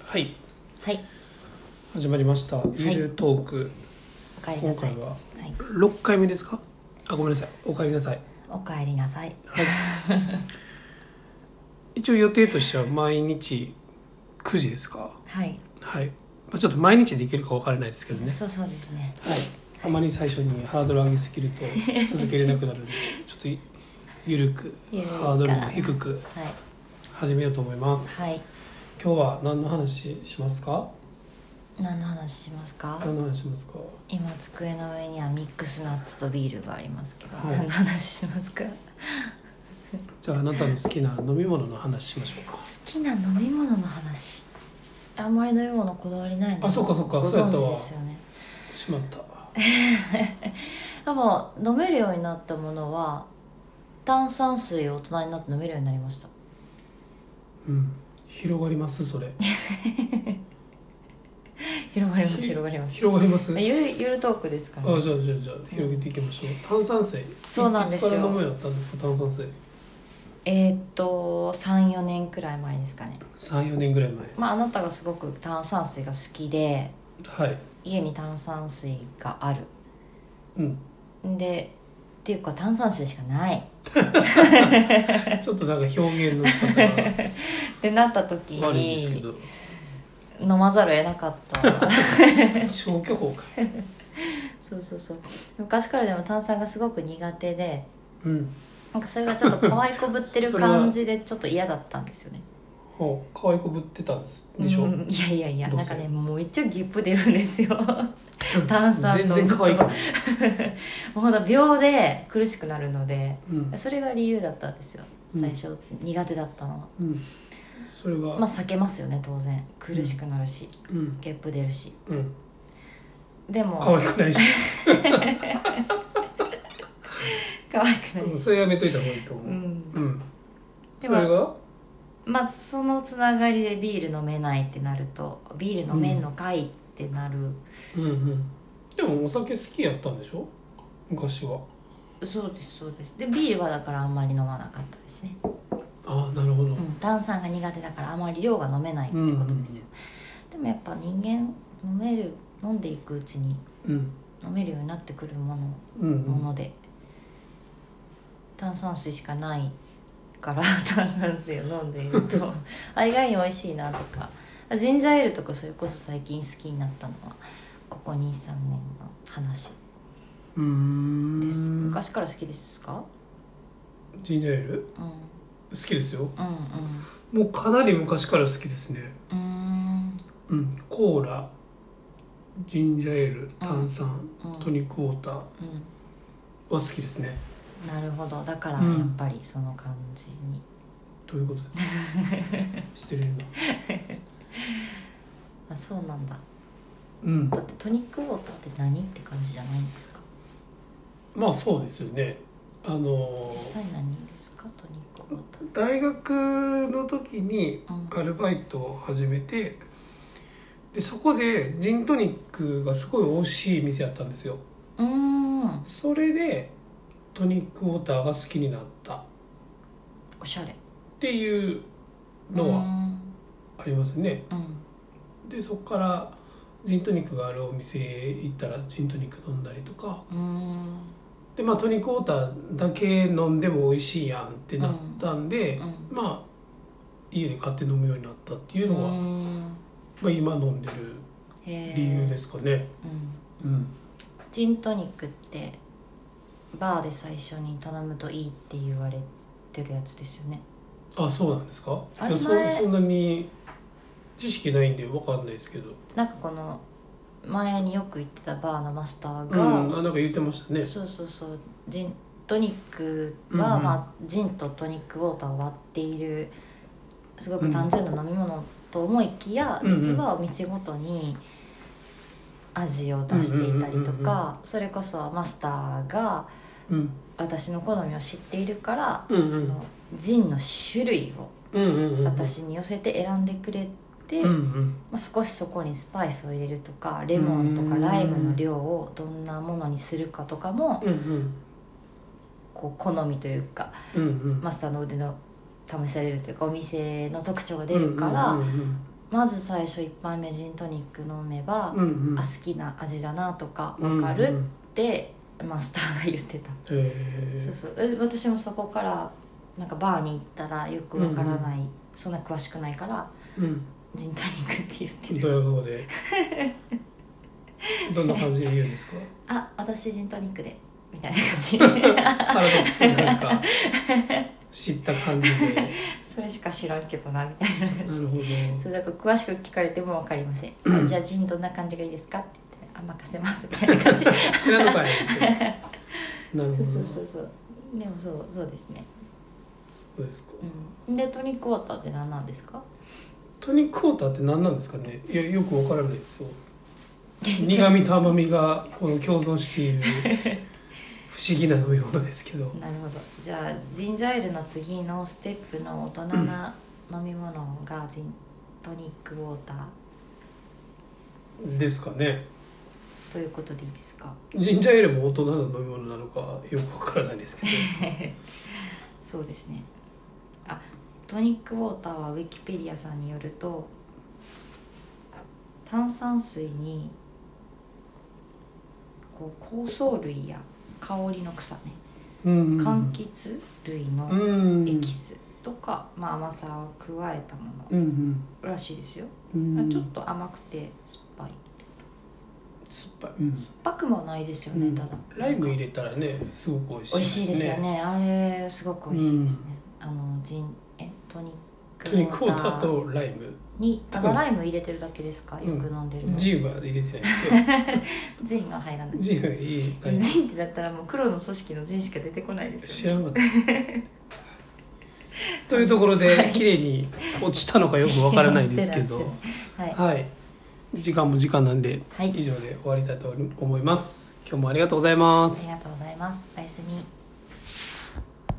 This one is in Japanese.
はい、 はい、 始まりましたイールトーク、 おかえりなさい。 今回ははい、 6回目ですか？ごめんなさい、お帰りなさい。 おかえりなさい。 はい一応予定としては毎日9時ですか？ はい、 はい、ちょっと毎日できるか分からないですけどね。 そうですね。 はい、あまり最初にハードル上げすぎると続けれなくなるのでちょっとゆるくハードルも低くはい、 始めようと思います。 はい。 今日は何の話しますか？ 何の話しますか？ 何の話しますか？ 今机の上にはミックスナッツとビールがありますけど、 はい何の話しますか？ じゃああなたの好きな飲み物の話しましょうか。 好きな飲み物の話。あんまり飲み物こだわりないの。 あ、そうかそうか、 ご存知そうやったわ。 ですよね。 しまった。 でも飲めるようになったものは炭酸水を大人になって飲めるようになりました。 うん、広がりますそれ。 広がります広がります。 広がります。 ゆるトークですからね。 じゃあ広げていきましょう。炭酸水。 そうなんですよ。 いつから飲むようになったんですか炭酸水。 3、4年くらい前ですかね。 3、4年ぐらい前。 あなたがすごく炭酸水が好きで、 はい。 家に炭酸水がある。 うん。 でっていうか炭酸水しかないちょっとなんか表現の仕方がってなった時に悪いですけど飲まざるを得なかった消去法か。 そう昔からでも炭酸がすごく苦手で、 うん、 なんかそれがちょっと可愛いこぶってる感じでちょっと嫌だったんですよね。 可愛いこぶってたんでしょ、 いやなんかねもう一応ゲップ出るんですよ炭酸の全然可愛いかももうほんと秒で苦しくなるので、 うん、 それが理由だったんですよ最初、苦手だったのは、 それが避けますよね当然苦しくなるし、ゲップ出るし、でも可愛くないし可愛くないし、 それやめといた方がいいと思う。それがそのつながりでビール飲めないってなるとビール飲めんのかいってなる、 でもお酒好きやったんでしょ昔は。 そうですでビールはだからあんまり飲まなかったですね。 ああなるほど、 炭酸が苦手だからあまり量が飲めないってことですよ、でもやっぱ人間飲んでいくうちに飲めるようになってくるもので、炭酸水しかないから炭酸水を飲んでいると意外に美味しいなとか、ジンジャーエールとかそれこそ最近好きになったのはここ 2,3 年の話です。昔から好きですか？ ジンジャーエール、好きですよ、もうかなり昔から好きですね。コーラ、ジンジャーエール、炭酸、トニックウォーターは好きですね。 なるほど、だからやっぱりその感じに、 どういうことですか失礼なそうなんだ、 だってトニックウォーターって何って感じじゃないんですか？ そうですよね。 実際何ですかトニックウォーター。 大学の時にアルバイトを始めて、でそこでジントニックがすごい美味しい店やったんですよ。それでトニックウォーターが好きになった。 おしゃれっていうのはありますね。でそこからジントニックがあるお店行ったらジントニック飲んだりとかで、トニックウォーターだけ飲んでも美味しいやんってなったんで、家で買って飲むようになったっていうのは、今飲んでる理由ですかね。 ジントニックってバーで最初に頼むといいって言われてるやつですよね。 あ、そうなんですか？ あれそんなに知識ないんで分かんないですけど、 なんかこの前によく行ってたバーのマスターが、 なんか言ってましたね。 そうジントニックは、ジンとトニックウォーターを割っているすごく単純な飲み物と思いきや、実はお店ごとに味を出していたりとか、それこそマスターが私の好みを知っているから、そのジンの種類を私に寄せて選んでくれて、少しそこにスパイスを入れるとかレモンとかライムの量をどんなものにするかとかも、こう好みというか、マスターの腕の試されるというかお店の特徴が出るから、 まず最初1杯目ジントニック飲めば、 うんうん、 好きな味だなとか分かるって、マスターが言ってた。そうそう、私もそこからなんかバーに行ったらよく分からない、そんな詳しくないから、ジントニックって言ってる。 どういうことでどんな感じで言うんですか？ あ、私ジントニックでみたいな感じパラドックスなんか知った感じでそれしか知らんけどなみたいな感じ。 なるほど。 それだから詳しく聞かれても分かりません。あ、じゃあジンどんな感じがいいですかって言って、あ、任せますみたいな感じ知らんのかいってなるほど。 そうでもそうですね。 そうですか、 でトニックウォーターって何なんですか？ トニックウォーターって何なんですかね。いや、よく分からないですよ苦味と甘みがこの共存している不思議な飲み物ですけど。 なるほど。じゃあジンジャーエールの次のステップの大人な飲み物がジントニックウォーターですかね。 ということでいいですか？ ジンジャーエールも大人な飲み物なのかよくわからないですけどそうですね。あ、トニックウォーターはウィキペディアさんによると、炭酸水にこう香草類や香りの草ね、柑橘類のエキスとか、甘さを加えたものらしいですよ。ちょっと甘くて酸っぱい。酸っぱくもないですよね。ただライム入れたらね、すごく美味しいですね。 美味しいですよね。あれすごく美味しいですね。トニックウォーターとライムに、ただライム入れてるだけですか？よく飲んでるの。 ジンは入れてないですよジンが入らない。 ジンってだったらもう黒の組織のジンしか出てこないですよね。 知らなかったというところで綺麗に落ちたのかよくわからないですけどはい、時間も時間なんで、以上で終わりたいと思います。今日もありがとうございます。 ありがとうございます。